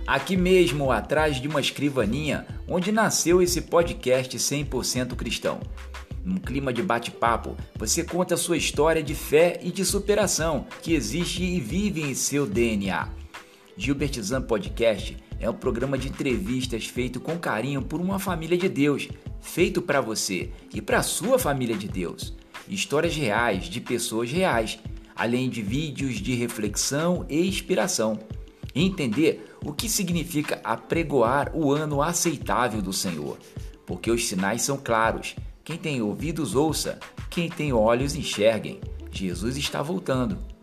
aqui mesmo atrás de uma escrivaninha, onde nasceu esse podcast 100% cristão. Num clima de bate-papo, você conta a sua história de fé e de superação que existe e vive em seu DNA. Gilbert Zan Podcast é um programa de entrevistas feito com carinho por uma família de Deus, feito para você e para sua família de Deus. Histórias reais de pessoas reais, além de vídeos de reflexão e inspiração. Entender o que significa apregoar o ano aceitável do Senhor, porque os sinais são claros. Quem tem ouvidos ouça, quem tem olhos enxerguem. Jesus está voltando.